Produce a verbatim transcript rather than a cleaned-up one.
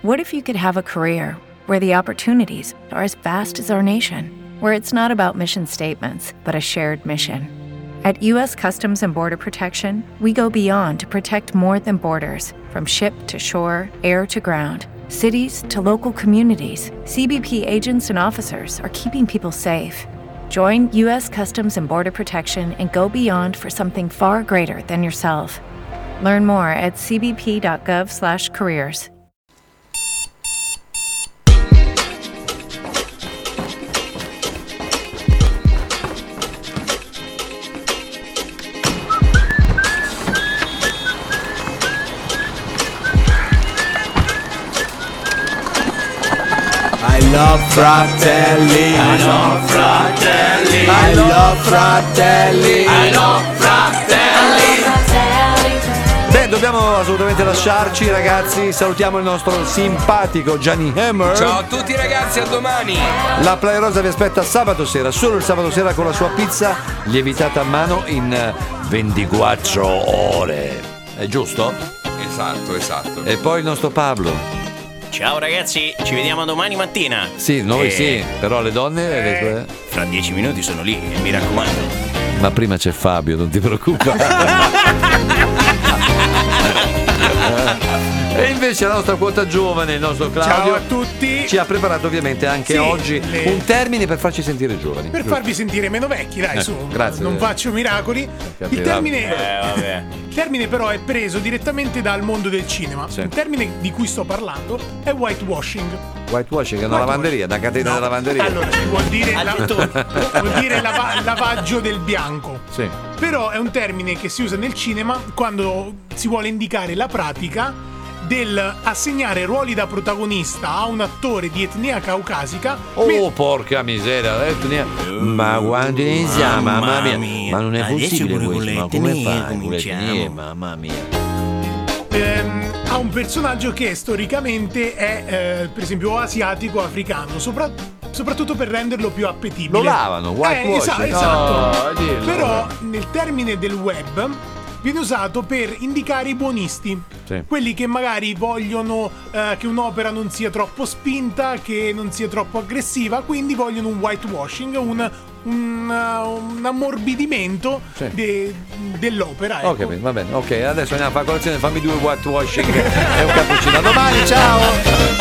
What if you could have a career where the opportunities are as vast as our nation, where it's not about mission statements, but a shared mission? At U S Customs and Border Protection, we go beyond to protect more than borders. From ship to shore, air to ground, cities to local communities, C B P agents and officers are keeping people safe. Join U S Customs and Border Protection and go beyond for something far greater than yourself. Learn more at c b p dot gov slash careers. I love Fratelli, I love Fratelli, I love Fratelli, I love Fratelli. Beh, dobbiamo assolutamente lasciarci, ragazzi. Salutiamo il nostro simpatico Gianni Hammer. Ciao a tutti ragazzi, a domani. La Playa Rosa vi aspetta sabato sera, solo il sabato sera, con la sua pizza lievitata a mano in ventiquattro ore. È giusto? Esatto, esatto. E poi il nostro Pablo. Ciao ragazzi, ci vediamo domani mattina. Sì, noi Eh, sì, però le donne le tue- Fra dieci minuti sono lì, mi raccomando. Ma prima c'è Fabio, non ti preoccupare. E invece la nostra quota giovane, il nostro Claudio, Ciao a tutti. ci ha preparato ovviamente anche Sì, oggi le- un termine per farci sentire giovani. Per farvi sentire meno vecchi, dai, Eh, su. grazie. Non faccio miracoli. Capirà. Il termine, Eh, vabbè. il termine però è preso direttamente dal mondo del cinema. Sì. Il termine di cui sto parlando è whitewashing. Whitewashing è una lavanderia, una catena No. di lavanderia. Allora, vuol dire, la- Addirittura. vuol dire lava- lavaggio del bianco. Sì. Però è un termine che si usa nel cinema quando si vuole indicare la pratica del assegnare ruoli da protagonista a un attore di etnia caucasica. Oh, me- porca miseria, etnia. Ma quando iniziamo, mamma mamma mia. mia. Ma non è Adesso possibile pure con questo, le ma come etnie fai? Con le cominciamo. etnie, mamma mia. ehm, ha un personaggio che storicamente è eh, per esempio o asiatico o africano, sopra- soprattutto per renderlo più appetibile. Lo lavano, whitewashing. Eh, esa- esatto. No, dillo. Però nel termine del web viene usato per indicare i buonisti. Sì. Quelli che magari vogliono eh, che un'opera non sia troppo spinta, che non sia troppo aggressiva, quindi vogliono un whitewashing, un, un, uh, un ammorbidimento Sì. de- dell'opera. Ho Ecco. capito, va bene, ok, adesso andiamo a fare colazione, fammi due whitewashing e un cappuccino. A domani, ciao!